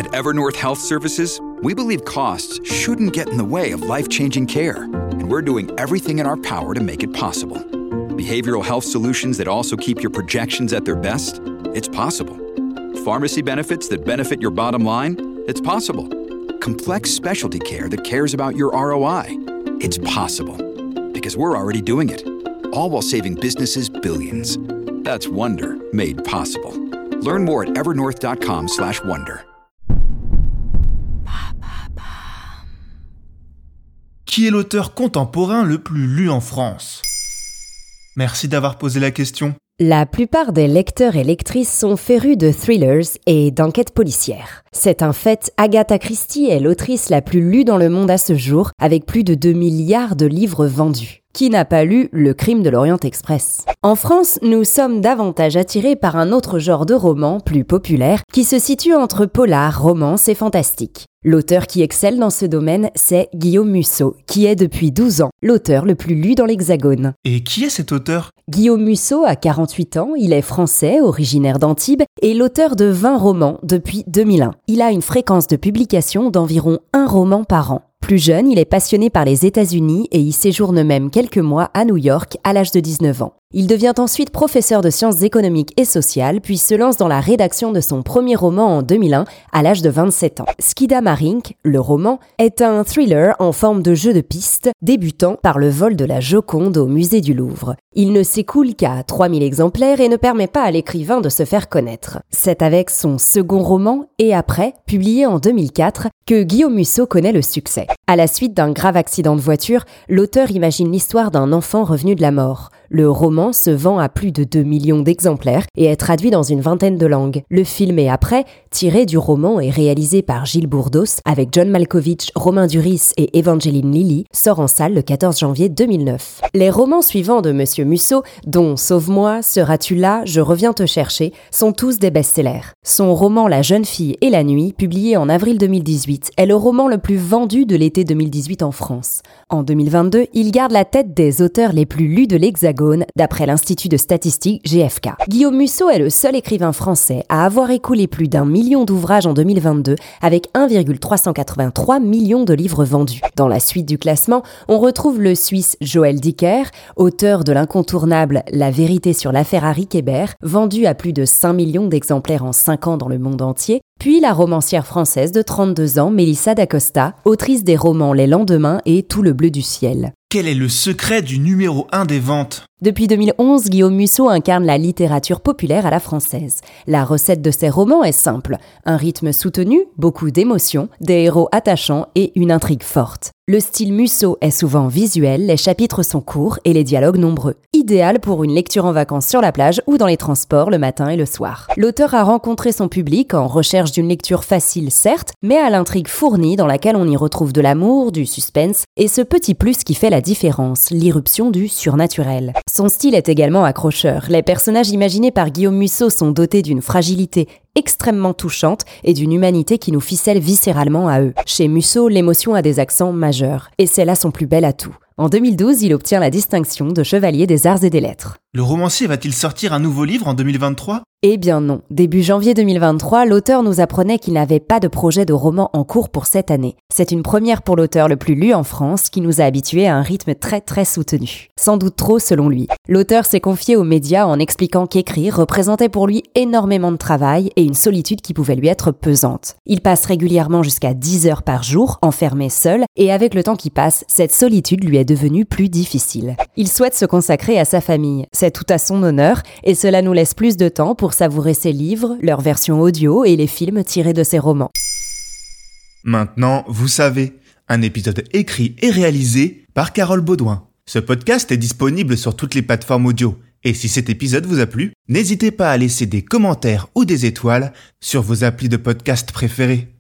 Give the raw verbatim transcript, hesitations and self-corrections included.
At Evernorth Health Services, we believe costs shouldn't get in the way of life-changing care, and we're doing everything in our power to make it possible. Behavioral health solutions that also keep your projections at their best? It's possible. Pharmacy benefits that benefit your bottom line? It's possible. Complex specialty care that cares about your R O I? It's possible. Because we're already doing it. All while saving businesses billions. That's Wonder made possible. Learn more at evernorth.com slash wonder. Qui est l'auteur contemporain le plus lu en France ? Merci d'avoir posé la question. La plupart des lecteurs et lectrices sont férus de thrillers et d'enquêtes policières. C'est un fait, Agatha Christie est l'autrice la plus lue dans le monde à ce jour, avec plus de deux milliards de livres vendus. Qui n'a pas lu Le Crime de l'Orient Express ? En France, nous sommes davantage attirés par un autre genre de roman, plus populaire, qui se situe entre polar, romance et fantastique. L'auteur qui excelle dans ce domaine, c'est Guillaume Musso, qui est depuis douze ans l'auteur le plus lu dans l'Hexagone. Et qui est cet auteur ? Guillaume Musso a quarante-huit ans, il est français, originaire d'Antibes, et l'auteur de vingt romans depuis deux mille un. Il a une fréquence de publication d'environ un roman par an. Plus jeune, il est passionné par les États-Unis et y séjourne même quelques mois à New York à l'âge de dix-neuf ans. Il devient ensuite professeur de sciences économiques et sociales, puis se lance dans la rédaction de son premier roman en deux mille un à l'âge de vingt-sept ans. Skidamarink, le roman, est un thriller en forme de jeu de piste, débutant par le vol de la Joconde au musée du Louvre. Il ne s'écoule qu'à trois mille exemplaires et ne permet pas à l'écrivain de se faire connaître. C'est avec son second roman, Et après, publié en deux mille quatre, que Guillaume Musso connaît le succès. À la suite d'un grave accident de voiture, l'auteur imagine l'histoire d'un enfant revenu de la mort. Le roman se vend à plus de deux millions d'exemplaires et est traduit dans une vingtaine de langues. Le film Et après, tiré du roman et réalisé par Gilles Bourdos avec John Malkovich, Romain Duris et Evangeline Lilly, sort en salle le quatorze janvier deux mille neuf. Les romans suivants de Monsieur Musso, dont Sauve-moi, Seras-tu là, Je reviens te chercher, sont tous des best-sellers. Son roman La jeune fille et la nuit, publié en avril deux mille dix-huit, est le roman le plus vendu de l'été deux mille dix-huit en France. En deux mille vingt-deux, il garde la tête des auteurs les plus lus de l'Hexagone, d'après l'Institut de statistique G F K. Guillaume Musso est le seul écrivain français à avoir écoulé plus d'un million d'ouvrages en deux mille vingt-deux, avec un virgule trois cent quatre-vingt-trois millions de livres vendus. Dans la suite du classement, on retrouve le Suisse Joël Dicker, auteur de l'incontournable La vérité sur l'affaire Harry Kéber, vendu à plus de cinq millions d'exemplaires en cinq ans dans le monde entier, puis la romancière française de trente-deux ans, Mélissa d'Acosta, autrice des romans Les Lendemains et Tout le bleu du ciel. Quel est le secret du numéro un des ventes ? Depuis deux mille onze, Guillaume Musso incarne la littérature populaire à la française. La recette de ses romans est simple. Un rythme soutenu, beaucoup d'émotions, des héros attachants et une intrigue forte. Le style Musso est souvent visuel, les chapitres sont courts et les dialogues nombreux. Idéal pour une lecture en vacances sur la plage ou dans les transports le matin et le soir. L'auteur a rencontré son public en recherche d'une lecture facile certes, mais à l'intrigue fournie dans laquelle on y retrouve de l'amour, du suspense et ce petit plus qui fait la différence, l'irruption du surnaturel. Son style est également accrocheur. Les personnages imaginés par Guillaume Musso sont dotés d'une fragilité extrêmement touchante et d'une humanité qui nous ficelle viscéralement à eux. Chez Musso, l'émotion a des accents majeurs, et c'est là son plus bel atout. En deux mille douze, il obtient la distinction de chevalier des arts et des lettres. Le romancier va-t-il sortir un nouveau livre en deux mille vingt-trois ? Eh bien non. Début janvier deux mille vingt-trois, l'auteur nous apprenait qu'il n'avait pas de projet de roman en cours pour cette année. C'est une première pour l'auteur le plus lu en France qui nous a habitués à un rythme très très soutenu. Sans doute trop selon lui. L'auteur s'est confié aux médias en expliquant qu'écrire représentait pour lui énormément de travail et une solitude qui pouvait lui être pesante. Il passe régulièrement jusqu'à dix heures par jour, enfermé seul, et avec le temps qui passe, cette solitude lui est devenue plus difficile. Il souhaite se consacrer à sa famille. C'est tout à son honneur et cela nous laisse plus de temps pour savourer ses livres, leurs versions audio et les films tirés de ses romans. Maintenant, vous savez, un épisode écrit et réalisé par Carole Baudouin. Ce podcast est disponible sur toutes les plateformes audio. Et si cet épisode vous a plu, n'hésitez pas à laisser des commentaires ou des étoiles sur vos applis de podcast préférés.